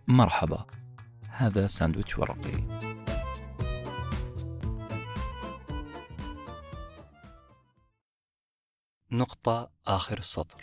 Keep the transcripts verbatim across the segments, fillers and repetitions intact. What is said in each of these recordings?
مرحبا، هذا ساندويتش ورقي. نقطة آخر السطر.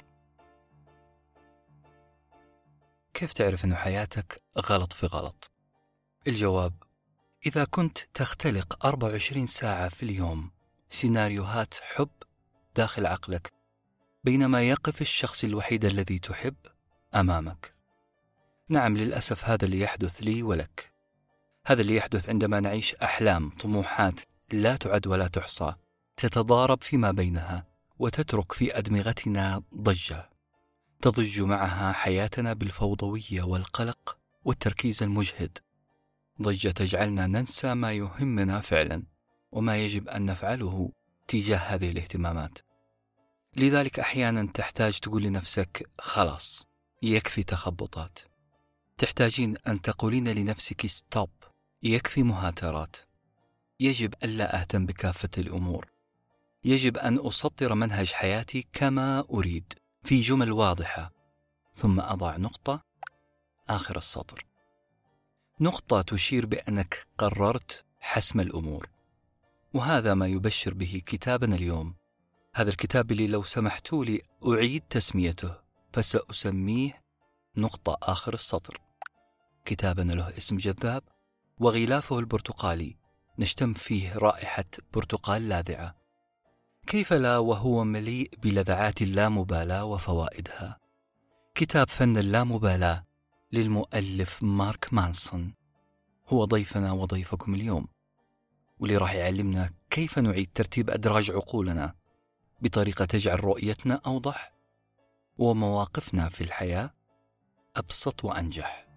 كيف تعرف أن حياتك غلط في غلط؟ الجواب: إذا كنت تختلق أربع وعشرين ساعة في اليوم سيناريوهات حب داخل عقلك، بينما يقف الشخص الوحيد الذي تحب أمامك. نعم، للأسف هذا اللي يحدث لي ولك. هذا اللي يحدث عندما نعيش أحلام، طموحات لا تعد ولا تحصى، تتضارب فيما بينها وتترك في أدمغتنا ضجة تضج معها حياتنا بالفوضوية والقلق والتركيز المجهد. ضجة تجعلنا ننسى ما يهمنا فعلا وما يجب أن نفعله تجاه هذه الاهتمامات. لذلك أحيانا تحتاج تقول لنفسك: خلاص، يكفي تخبطات. تحتاجين أن تقولين لنفسك: ستوب، يكفي مهاترات. يجب ألا أهتم بكافة الأمور. يجب أن أسطر منهج حياتي كما أريد في جمل واضحة، ثم أضع نقطة آخر السطر. نقطة تشير بأنك قررت حسم الأمور. وهذا ما يبشر به كتابنا اليوم. هذا الكتاب اللي لو سمحتوا لي أعيد تسميته فسأسميه نقطة آخر السطر. كتابنا له اسم جذاب، وغلافه البرتقالي نشتم فيه رائحة برتقال لاذعة. كيف لا وهو مليء بلذعات اللامبالاة وفوائدها. كتاب فن اللامبالاة للمؤلف مارك مانسون هو ضيفنا وضيفكم اليوم، واللي راح يعلمنا كيف نعيد ترتيب أدراج عقولنا بطريقة تجعل رؤيتنا أوضح ومواقفنا في الحياة أبسط وأنجح.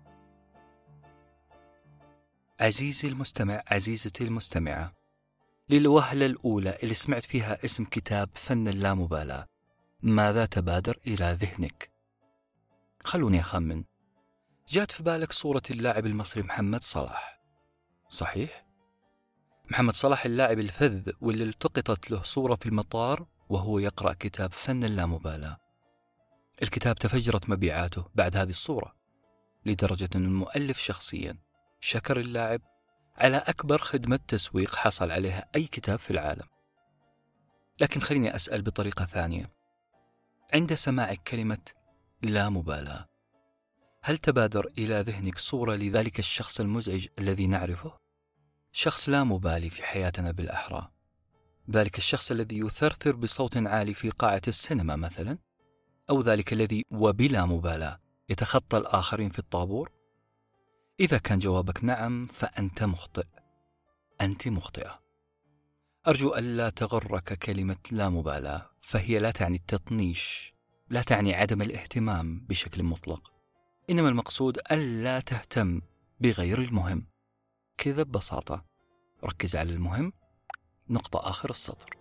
عزيزي المستمع، عزيزتي المستمعة، للوهلة الأولى اللي سمعت فيها اسم كتاب فن اللامبالاة، ماذا تبادر إلى ذهنك؟ خلوني أخمن. جات في بالك صورة اللاعب المصري محمد صلاح، صحيح؟ محمد صلاح اللاعب الفذ واللي التقطت له صورة في المطار وهو يقرأ كتاب فن اللامبالاة. الكتاب تفجرت مبيعاته بعد هذه الصورة، لدرجة أن المؤلف شخصيا شكر اللاعب على أكبر خدمة تسويق حصل عليها أي كتاب في العالم. لكن خليني أسأل بطريقة ثانية. عند سماعك كلمة لا مبالاة، هل تبادر إلى ذهنك صورة لذلك الشخص المزعج الذي نعرفه؟ شخص لا مبالي في حياتنا بالأحرى، ذلك الشخص الذي يثرثر بصوت عالي في قاعة السينما مثلا، أو ذلك الذي وبلا مبالاة يتخطى الآخرين في الطابور. إذا كان جوابك نعم فأنت مخطئ، أنت مخطئة. أرجو ألا تغرك كلمة لا مبالاة، فهي لا تعني التطنيش، لا تعني عدم الاهتمام بشكل مطلق، إنما المقصود ألا تهتم بغير المهم. كذا ببساطة، ركز على المهم. نقطة آخر السطر.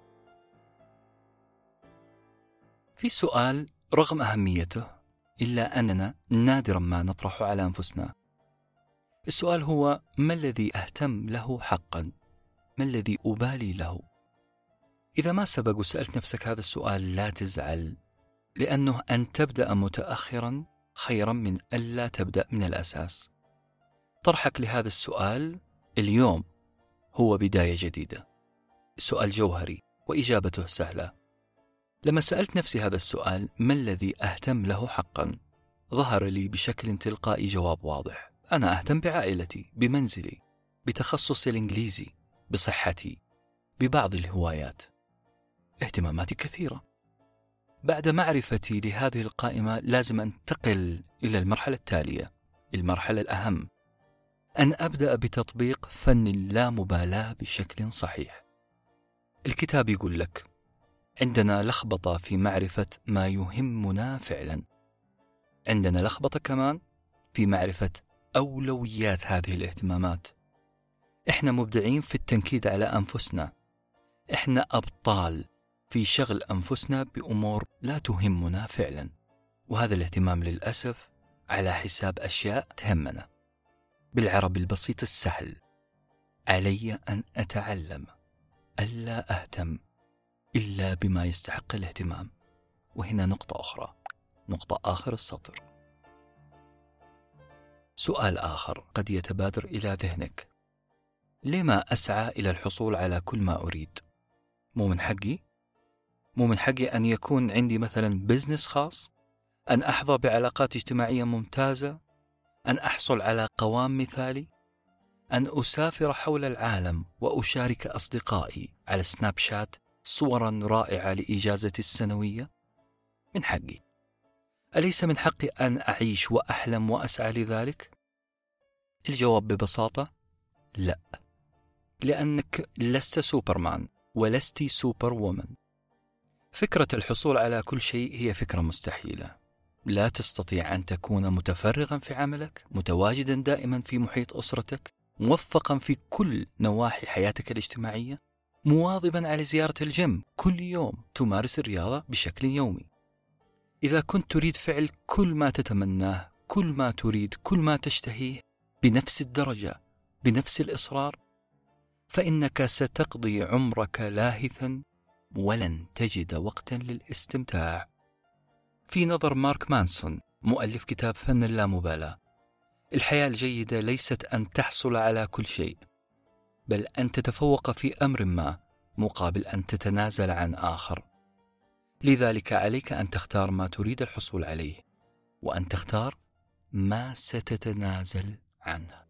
في سؤال رغم أهميته إلا أننا نادرا ما نطرحه على أنفسنا. السؤال هو: ما الذي أهتم له حقا؟ ما الذي أبالي له؟ إذا ما سبق وسألت نفسك هذا السؤال لا تزعل، لأنه أن تبدأ متأخرا خيرا من ألا تبدأ من الأساس. طرحك لهذا السؤال اليوم هو بداية جديدة. السؤال جوهري وإجابته سهلة. لما سألت نفسي هذا السؤال، ما الذي أهتم له حقا، ظهر لي بشكل تلقائي جواب واضح: أنا أهتم بعائلتي، بمنزلي، بتخصصي الإنجليزي، بصحتي، ببعض الهوايات. اهتماماتي كثيرة. بعد معرفتي لهذه القائمة لازم أنتقل إلى المرحلة التالية، المرحلة الأهم، أن أبدأ بتطبيق فن اللامبالاة بشكل صحيح. الكتاب يقول لك عندنا لخبطة في معرفة ما يهمنا فعلا. عندنا لخبطة كمان في معرفة أولويات هذه الاهتمامات. إحنا مبدعين في التنكيد على أنفسنا. إحنا أبطال في شغل أنفسنا بأمور لا تهمنا فعلا، وهذا الاهتمام للأسف على حساب أشياء تهمنا. بالعربي البسيط السهل، علي أن أتعلم ألا أهتم إلا بما يستحق الاهتمام. وهنا نقطة أخرى، نقطة آخر السطر. سؤال آخر قد يتبادر إلى ذهنك: لما أسعى إلى الحصول على كل ما أريد؟ مو من حقي؟ مو من حقي أن يكون عندي مثلا بزنس خاص؟ أن أحظى بعلاقات اجتماعية ممتازة؟ أن أحصل على قوام مثالي؟ أن أسافر حول العالم وأشارك أصدقائي على سناب شات صورا رائعة لإجازتي السنوية؟ من حقي. أليس من حقي أن أعيش وأحلم وأسعى لذلك؟ الجواب ببساطة لا، لأنك لست سوبرمان ولست سوبر وومن. فكرة الحصول على كل شيء هي فكرة مستحيلة. لا تستطيع أن تكون متفرغا في عملك، متواجدا دائما في محيط أسرتك، موفقا في كل نواحي حياتك الاجتماعية، مواظبا على زيارة الجيم كل يوم، تمارس الرياضة بشكل يومي. إذا كنت تريد فعل كل ما تتمناه، كل ما تريد، كل ما تشتهيه بنفس الدرجة، بنفس الإصرار، فإنك ستقضي عمرك لاهثا ولن تجد وقتا للاستمتاع. في نظر مارك مانسون مؤلف كتاب فن اللامبالاة، الحياة الجيدة ليست أن تحصل على كل شيء، بل أن تتفوق في أمر ما مقابل أن تتنازل عن آخر. لذلك عليك أن تختار ما تريد الحصول عليه، وأن تختار ما ستتنازل عنه.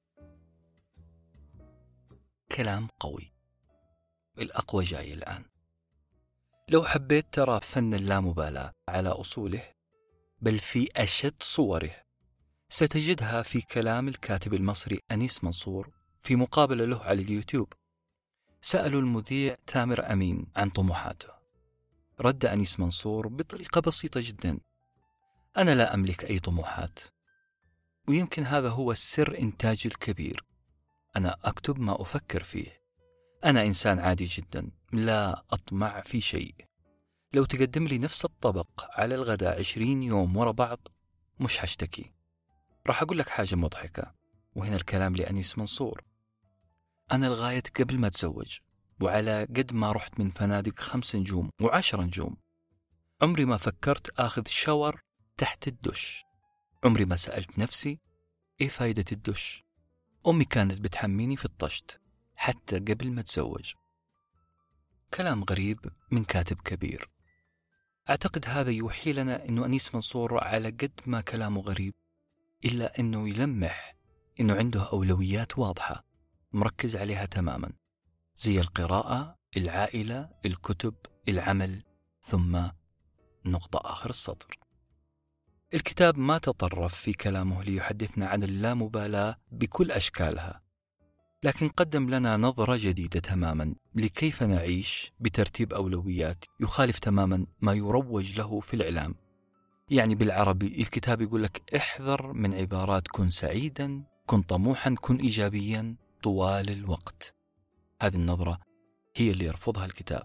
كلام قوي. الأقوى جاي الآن. لو حبيت ترى فن اللامبالاة على أصوله، بل في أشد صوره، ستجدها في كلام الكاتب المصري أنيس منصور في مقابلة له على اليوتيوب. سألوا المذيع تامر أمين عن طموحاته، رد أنيس منصور بطريقة بسيطة جدا: أنا لا أملك أي طموحات، ويمكن هذا هو السر إنتاجي الكبير. أنا أكتب ما أفكر فيه. أنا إنسان عادي جدا، لا أطمع في شيء. لو تقدم لي نفس الطبق على الغداء عشرين يوم ورا بعض مش هشتكي. راح أقول لك حاجة مضحكة، وهنا الكلام لأنيس منصور: أنا لغاية قبل ما أتزوج، وعلى قد ما رحت من فنادق خمس نجوم وعشر نجوم، عمري ما فكرت آخذ شاور تحت الدش. عمري ما سألت نفسي إيه فايدة الدش. أمي كانت بتحميني في الطشت حتى قبل ما أتزوج. كلام غريب من كاتب كبير. أعتقد هذا يوحي لنا أنه أنيس منصور على قد ما كلامه غريب، إلا أنه يلمح أنه عنده أولويات واضحة مركز عليها تماما، زي القراءة، العائلة، الكتب، العمل، ثم نقطة آخر السطر. الكتاب ما تطرف في كلامه ليحدثنا عن اللامبالاة بكل أشكالها، لكن قدم لنا نظرة جديدة تماما لكيف نعيش بترتيب أولويات يخالف تماما ما يروج له في الإعلام. يعني بالعربي الكتاب يقول لك: احذر من عبارات كن سعيدا، كن طموحا، كن إيجابيا طوال الوقت. هذه النظرة هي اللي يرفضها الكتاب.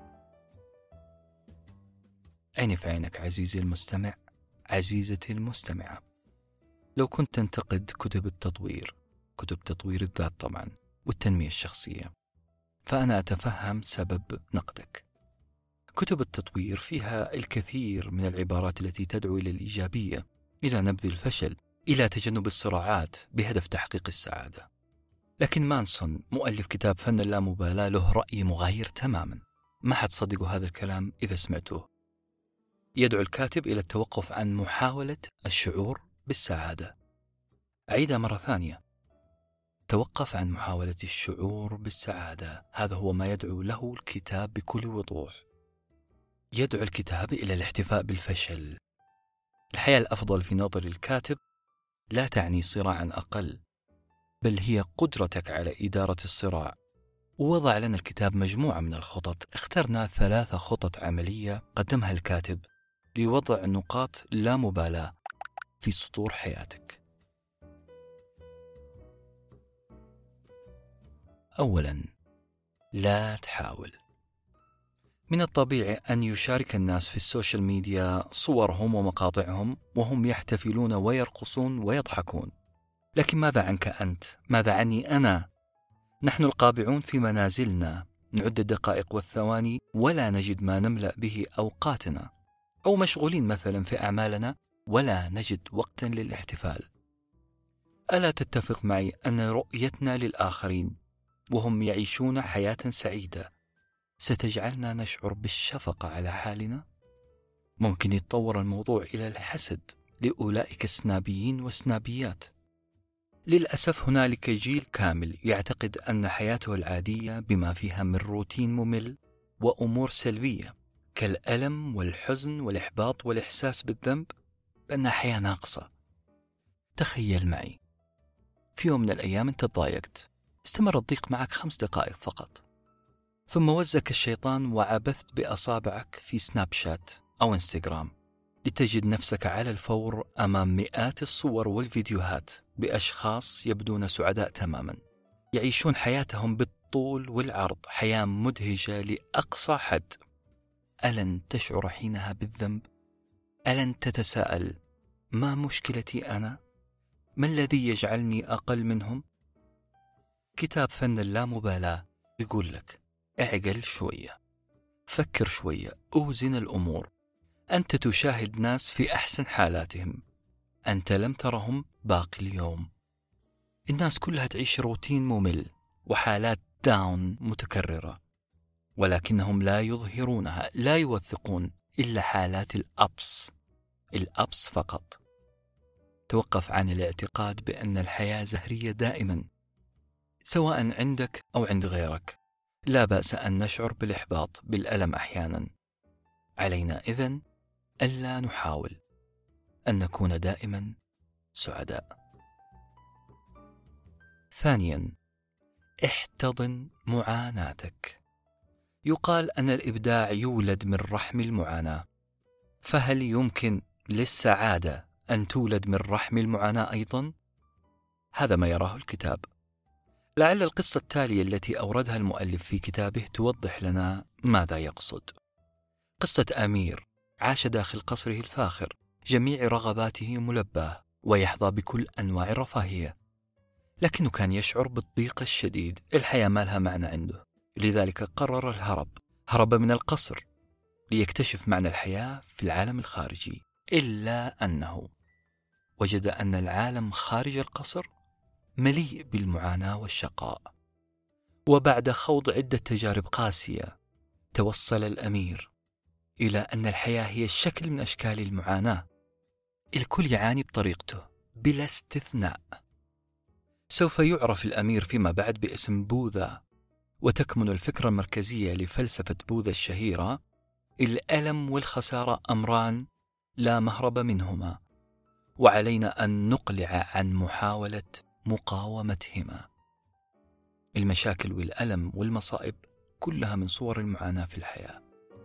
عيني في عينك عزيزي المستمع، عزيزتي المستمعة، لو كنت تنتقد كتب التطوير، كتب تطوير الذات طبعا والتنمية الشخصية، فأنا أتفهم سبب نقدك. كتب التطوير فيها الكثير من العبارات التي تدعو إلى الإيجابية، إلى نبذ الفشل، إلى تجنب الصراعات بهدف تحقيق السعادة. لكن مانسون مؤلف كتاب فن اللامبالاة له رأي مغاير تماما. ما حد صدقوا هذا الكلام إذا سمعتوه. يدعو الكاتب إلى التوقف عن محاولة الشعور بالسعادة. أعيدها مرة ثانية: توقف عن محاولة الشعور بالسعادة. هذا هو ما يدعو له الكتاب بكل وضوح. يدعو الكتاب إلى الاحتفاء بالفشل. الحياة الأفضل في نظر الكاتب لا تعني صراعا أقل، بل هي قدرتك على إدارة الصراع. ووضع لنا الكتاب مجموعة من الخطط. اخترنا ثلاثة خطط عملية قدمها الكاتب لوضع نقاط لا مبالاة في سطور حياتك. أولا، لا تحاول. من الطبيعي أن يشارك الناس في السوشيال ميديا صورهم ومقاطعهم وهم يحتفلون ويرقصون ويضحكون، لكن ماذا عنك أنت؟ ماذا عني أنا؟ نحن القابعون في منازلنا نعد الدقائق والثواني ولا نجد ما نملأ به أوقاتنا، أو مشغولين مثلا في أعمالنا ولا نجد وقتا للاحتفال. ألا تتفق معي أن رؤيتنا للآخرين وهم يعيشون حياة سعيدة ستجعلنا نشعر بالشفقة على حالنا؟ ممكن يتطور الموضوع إلى الحسد لأولئك السنابيين والسنابيات. للأسف هنالك جيل كامل يعتقد أن حياته العادية بما فيها من روتين ممل وأمور سلبية كالألم والحزن والإحباط والإحساس بالذنب بأنها حياة ناقصة. تخيل معي، في يوم من الأيام أنت تضايقت، استمر الضيق معك خمس دقائق فقط، ثم وزك الشيطان وعبثت بأصابعك في سناب شات أو انستغرام لتجد نفسك على الفور أمام مئات الصور والفيديوهات بأشخاص يبدون سعداء تماما، يعيشون حياتهم بالطول والعرض، حياة مدهشة لأقصى حد. ألن تشعر حينها بالذنب؟ ألن تتساءل ما مشكلتي أنا؟ ما الذي يجعلني أقل منهم؟ كتاب فن اللامبالاة يقول لك اعقل شوية، فكر شوية، أوزن الأمور. أنت تشاهد ناس في أحسن حالاتهم، أنت لم ترهم باقي اليوم. الناس كلها تعيش روتين ممل وحالات داون متكررة، ولكنهم لا يظهرونها، لا يوثقون إلا حالات الأبس الأبس فقط. توقف عن الاعتقاد بأن الحياة زهرية دائما، سواء عندك أو عند غيرك. لا بأس أن نشعر بالإحباط، بالألم أحيانا. علينا إذن ألا نحاول أن نكون دائما سعداء. ثانيا، احتضن معاناتك. يقال أن الإبداع يولد من رحم المعاناة، فهل يمكن للسعادة أن تولد من رحم المعاناة أيضا؟ هذا ما يراه الكتاب. لعل القصة التالية التي أوردها المؤلف في كتابه توضح لنا ماذا يقصد. قصة أمير عاش داخل قصره الفاخر، جميع رغباته ملباة ويحظى بكل أنواع الرفاهية، لكنه كان يشعر بالضيق الشديد، الحياة ما لها معنى عنده. لذلك قرر الهرب، هرب من القصر ليكتشف معنى الحياة في العالم الخارجي. إلا أنه وجد أن العالم خارج القصر مليء بالمعاناة والشقاء. وبعد خوض عدة تجارب قاسية توصل الأمير إلى أن الحياة هي شكل من أشكال المعاناة، الكل يعاني بطريقته بلا استثناء. سوف يعرف الأمير فيما بعد باسم بوذا، وتكمن الفكرة المركزية لفلسفة بوذا الشهيرة: الألم والخسارة أمران لا مهرب منهما، وعلينا أن نقلع عن محاولة مقاومتهما. المشاكل والألم والمصائب كلها من صور المعاناة في الحياة.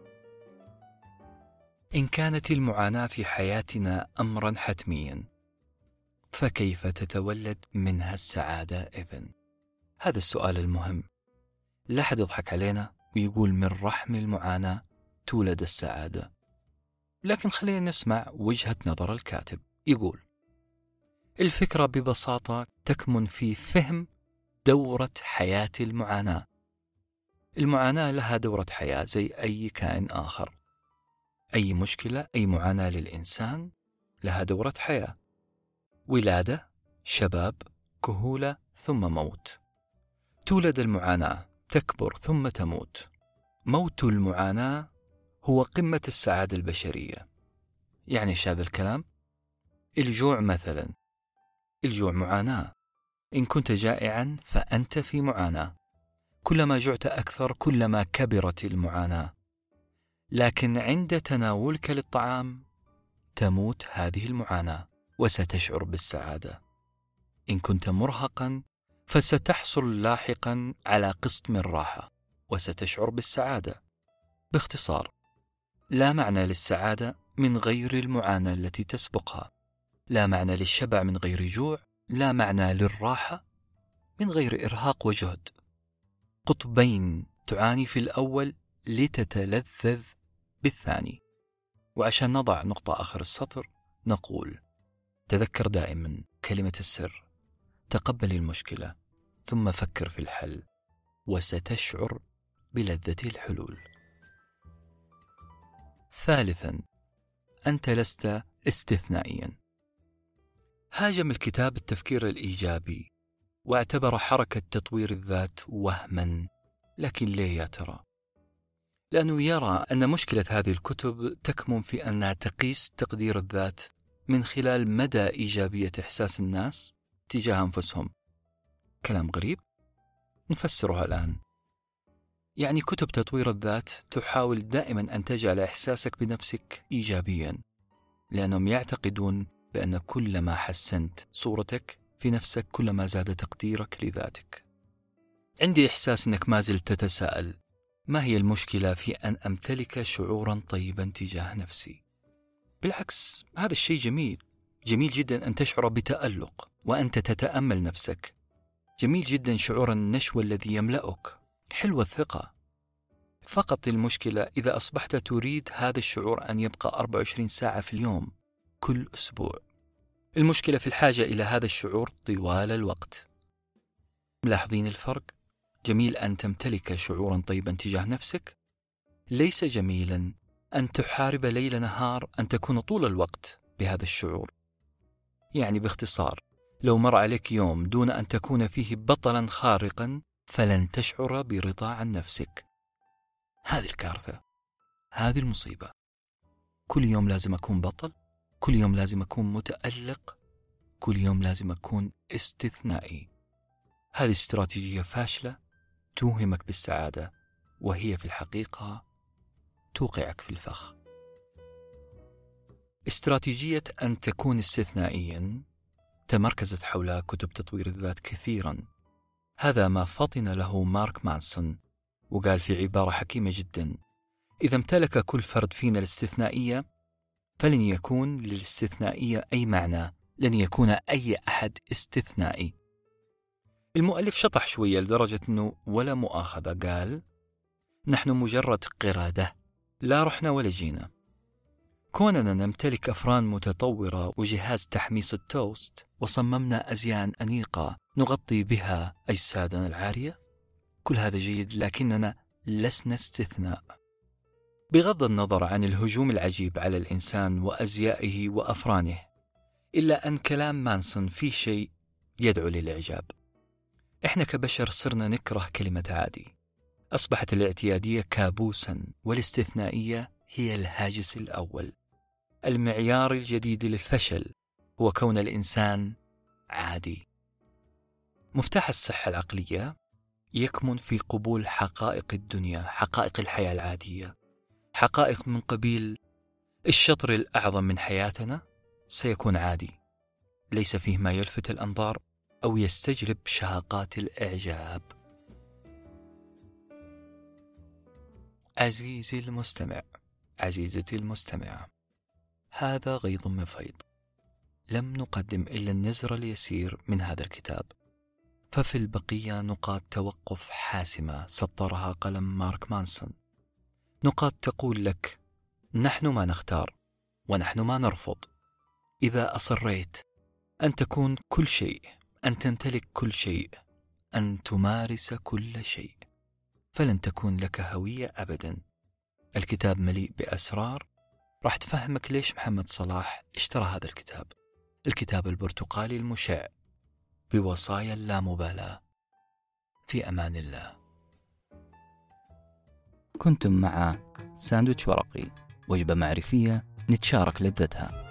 إن كانت المعاناة في حياتنا أمرا حتميا، فكيف تتولد منها السعادة إذن؟ هذا السؤال المهم. لا أحد يضحك علينا ويقول من رحم المعاناة تولد السعادة، لكن خلينا نسمع وجهة نظر الكاتب. يقول: الفكرة ببساطة تكمن في فهم دورة حياة المعاناة. المعاناة لها دورة حياة زي أي كائن آخر. أي مشكلة، أي معاناة للإنسان لها دورة حياة: ولادة، شباب، كهولة، ثم موت. تولد المعاناة، تكبر، ثم تموت. موت المعاناة هو قمة السعادة البشرية. يعني ايش هذا الكلام؟ الجوع مثلا، الجوع معاناة. إن كنت جائعا فأنت في معاناة، كلما جعت أكثر كلما كبرت المعاناة. لكن عند تناولك للطعام تموت هذه المعاناة وستشعر بالسعادة. إن كنت مرهقا فستحصل لاحقا على قسط من راحة وستشعر بالسعادة. باختصار، لا معنى للسعادة من غير المعاناة التي تسبقها، لا معنى للشبع من غير جوع، لا معنى للراحة من غير إرهاق وجهد. قطبين تعاني في الأول لتتلذذ بالثاني. وعشان نضع نقطة آخر السطر نقول: تذكر دائما كلمة السر، تقبل المشكلة ثم فكر في الحل وستشعر بلذة الحلول. ثالثا، أنت لست استثنائيا. هاجم الكتاب التفكير الإيجابي واعتبر حركة تطوير الذات وهما. لكن ليه يا ترى؟ لأنه يرى أن مشكلة هذه الكتب تكمن في أنها تقيس تقدير الذات من خلال مدى إيجابية إحساس الناس تجاه أنفسهم. كلام غريب؟ نفسرها الآن. يعني كتب تطوير الذات تحاول دائما أن تجعل إحساسك بنفسك إيجابيا، لأنهم يعتقدون بأن كلما حسنت صورتك في نفسك كلما زاد تقديرك لذاتك. عندي إحساس أنك ما زلت تتساءل: ما هي المشكلة في أن أمتلك شعورا طيبا تجاه نفسي؟ بالعكس، هذا الشيء جميل. جميل جدا أن تشعر بتألق وأنت تتأمل نفسك. جميل جدا شعور النشوة الذي يملأك. حلوة الثقة. فقط المشكلة إذا أصبحت تريد هذا الشعور أن يبقى أربعة وعشرين ساعة في اليوم كل أسبوع. المشكلة في الحاجة إلى هذا الشعور طوال الوقت. ملاحظين الفرق؟ جميل أن تمتلك شعورا طيبا تجاه نفسك، ليس جميلا أن تحارب ليل نهار أن تكون طول الوقت بهذا الشعور. يعني باختصار، لو مر عليك يوم دون أن تكون فيه بطلا خارقا فلن تشعر برضا عن نفسك. هذه الكارثة، هذه المصيبة. كل يوم لازم أكون بطل، كل يوم لازم أكون متألق، كل يوم لازم أكون استثنائي. هذه استراتيجية فاشلة توهمك بالسعادة، وهي في الحقيقة توقعك في الفخ. استراتيجية أن تكون استثنائيا تمركزت حول كتب تطوير الذات كثيرا. هذا ما فطن له مارك مانسون، وقال في عبارة حكيمة جدا: إذا امتلك كل فرد فينا الاستثنائية فلن يكون للاستثنائية أي معنى، لن يكون أي أحد استثنائي. المؤلف شطح شوية لدرجة أنه ولا مؤاخذة قال: نحن مجرد قردة، لا رحنا ولا جينا. كوننا نمتلك أفران متطورة وجهاز تحميص التوست وصممنا أزيان أنيقة نغطي بها أجسادنا العارية، كل هذا جيد، لكننا لسنا استثناء. بغض النظر عن الهجوم العجيب على الإنسان وأزيائه وأفرانه، إلا أن كلام مانسون فيه شيء يدعو للإعجاب. إحنا كبشر صرنا نكره كلمة عادي. أصبحت الاعتيادية كابوسا، والاستثنائية هي الهاجس الأول. المعيار الجديد للفشل هو كون الإنسان عادي. مفتاح الصحة العقلية يكمن في قبول حقائق الدنيا، حقائق الحياة العادية، حقائق من قبيل الشطر الأعظم من حياتنا سيكون عادي، ليس فيه ما يلفت الأنظار أو يستجلب شهقات الإعجاب. عزيزي المستمع، عزيزتي المستمعة، هذا غيض من فيض. لم نقدم إلا النزر اليسير من هذا الكتاب، ففي البقية نقاط توقف حاسمة سطرها قلم مارك مانسون. نقاط تقول لك: نحن ما نختار ونحن ما نرفض. إذا أصريت أن تكون كل شيء، أن تمتلك كل شيء، أن تمارس كل شيء، فلن تكون لك هوية أبدا. الكتاب مليء بأسرار راح تفهمك ليش محمد صلاح اشترى هذا الكتاب، الكتاب البرتقالي المشع، بوصايا اللامبالاة. في أمان الله. كنتم مع ساندويتش ورقي، وجبة معرفية نتشارك لذتها.